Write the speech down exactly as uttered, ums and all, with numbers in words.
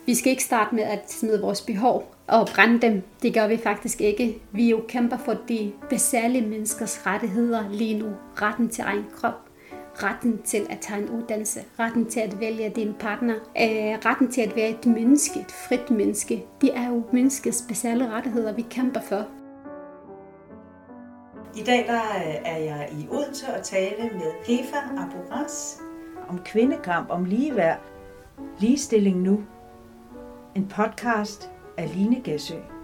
Vi skal ikke starte med at smide vores behov og brænde dem. Det gør vi faktisk ikke. Vi jo kæmper for de basale menneskers rettigheder lige nu. Retten til egen krop. Retten til at tage en uddannelse. Retten til at vælge din partner. Øh, retten til at være et menneske. Et frit menneske. Det er jo menneskets basale rettigheder, vi kæmper for. I dag der er jeg i Odense og tale med Hefa Abu-Ras om kvindekamp, om ligeværd. Ligestilling nu. En podcast af Line Gæsø.